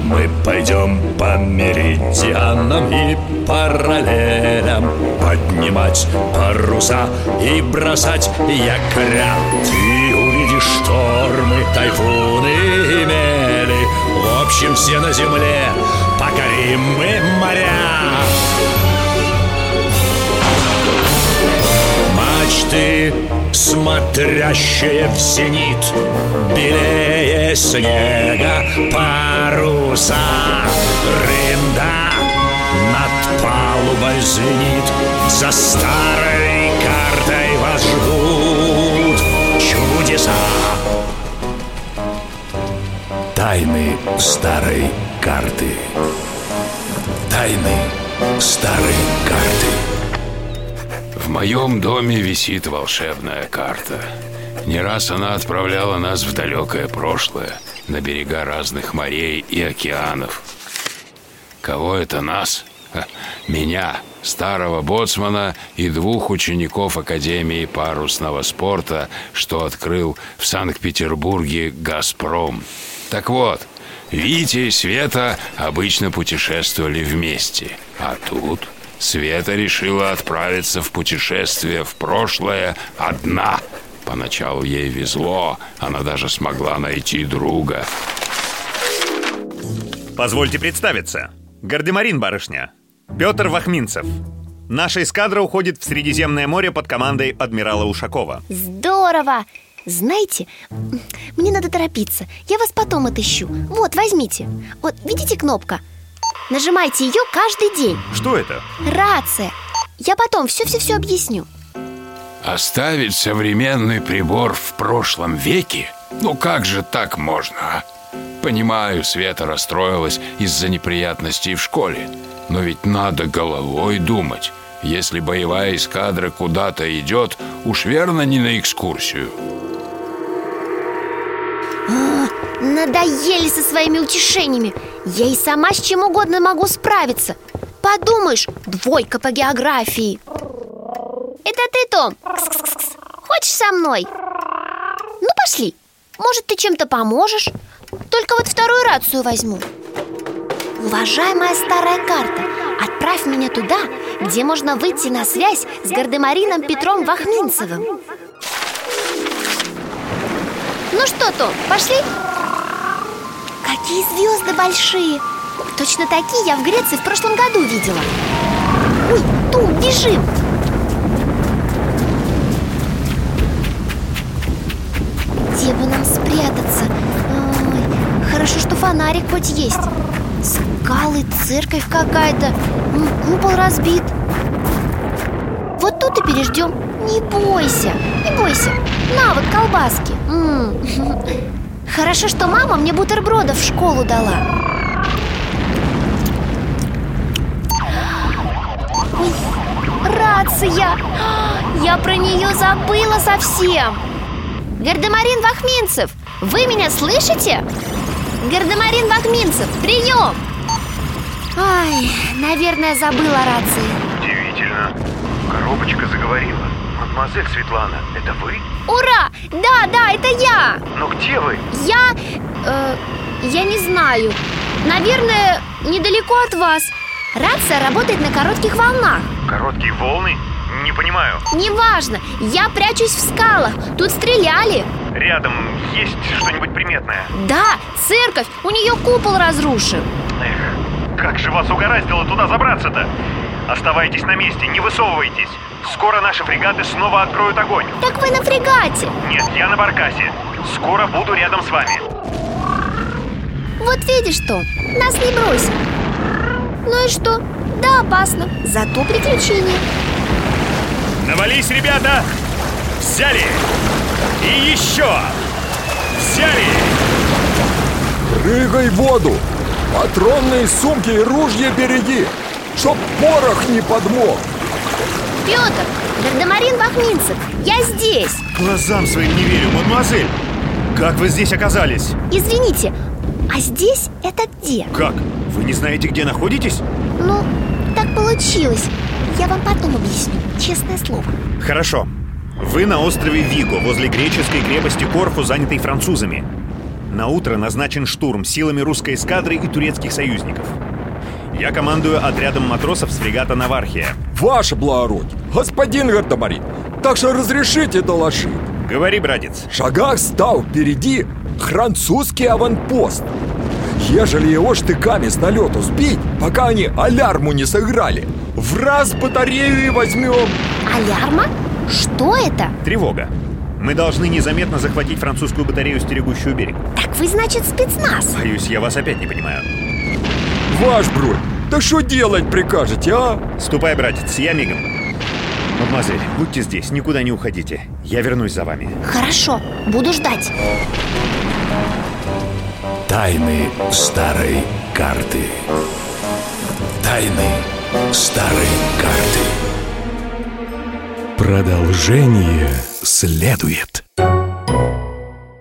Мы пойдем по меридианам и параллелям, поднимать паруса и бросать якоря. Ты увидишь штормы, тайфуны и мели. В общем, все на земле покорим мы моря. Мачты, смотрящие в зенит, белее снега паруса. Рында над палубой звенит, за старой картой вас ждут чудеса. Тайны старой карты. Тайны старой карты. В моем доме висит волшебная карта. Не раз она отправляла нас в далекое прошлое, на берега разных морей и океанов. Кого это нас? Меня, старого боцмана и 2 учеников Академии парусного спорта, что открыл в Санкт-Петербурге «Газпром». Так вот, Витя и Света обычно путешествовали вместе, а тут Света решила отправиться в путешествие в прошлое одна. Поначалу ей везло, она даже смогла найти друга. Позвольте представиться. Гардемарин, барышня. Петр Вахминцев. Наша эскадра уходит в Средиземное море под командой адмирала Ушакова. Здорово! Знаете, мне надо торопиться. Я вас потом отыщу. Вот, возьмите. Вот, видите кнопка? Нажимайте ее каждый день. Что это? Рация. Я потом все объясню. Оставить современный прибор в прошлом веке? Ну как же так можно, а? Понимаю, Света расстроилась из-за неприятностей в школе, но ведь надо головой думать. Если боевая эскадра куда-то идет, уж верно не на экскурсию. Надоели со своими утешениями. Я и сама с чем угодно могу справиться. Подумаешь, 2 по географии. Это ты, Том? Хочешь со мной? Ну, пошли. Может, ты чем-то поможешь? Только вот 2-ю рацию возьму. Уважаемая старая карта, отправь меня туда, где можно выйти на связь с гардемарином Петром Вахминцевым. Ну что, Том, пошли? Какие звезды большие! Точно такие я в Греции в прошлом году видела. Ой, Том, бежим! Где бы нам спрятаться? Ой, хорошо, что фонарик хоть есть. Скалы, церковь какая-то, купол разбит. Вот тут и переждем. Не бойся, не бойся. На, вот колбаски. Хорошо, что мама мне бутербродов в школу дала. Ой, рация! Я про нее забыла совсем. Гардемарин Вахминцев, вы меня слышите? Гардемарин Вахминцев, прием! Ай, наверное, забыла рации. Удивительно. Коробочка заговорила. Мадемуазель Светлана, это вы? Ура! Да, это я! Но где вы? Я не знаю. Наверное, недалеко от вас. Рация работает на коротких волнах. Короткие волны? Не понимаю. Неважно, я прячусь в скалах. Тут стреляли. Рядом есть что-нибудь приметное? Да, церковь, у нее купол разрушен. Эх, как же вас угораздило туда забраться-то? Оставайтесь на месте, не высовывайтесь. Скоро наши фрегаты снова откроют огонь. Так вы на фрегате? Нет, я на баркасе. Скоро буду рядом с вами. Вот видишь, что, нас не бросят. Ну и что? Да, опасно, зато приключения. Навались, ребята! Взяли! И еще! Взяли! Прыгай в воду! Патронные сумки и ружья береги, чтоб порох не подмок. Петр, гардемарин Вахминцев, я здесь. Глазам своим не верю, мадемуазель. Как вы здесь оказались? Извините, а здесь это где? Как? Вы не знаете, где находитесь? Ну, так получилось. Я вам потом объясню, честное слово. Хорошо. Вы на острове Виго, возле греческой крепости Корфу, занятой французами. На утро назначен штурм силами русской эскадры и турецких союзников. Я командую отрядом матросов с фрегата «Навархия». Ваше благородие, господин Гардемарин, так что разрешите доложить. Говори, братец. В шагах стал впереди французский аванпост. Ежели его штыками с налету сбить, пока они алярму не сыграли, в раз батарею и возьмем. Алярма? Что это? Тревога. Мы должны незаметно захватить французскую батарею, стерегущую берег. Так вы, значит, спецназ? Боюсь, я вас опять не понимаю. Ваш бродь, да что делать прикажете, а? Ступай, братец, я мигом. Мадемуазель, будьте здесь, никуда не уходите. Я вернусь за вами. Хорошо, буду ждать. Тайны старой карты. Тайны старой карты. Продолжение следует.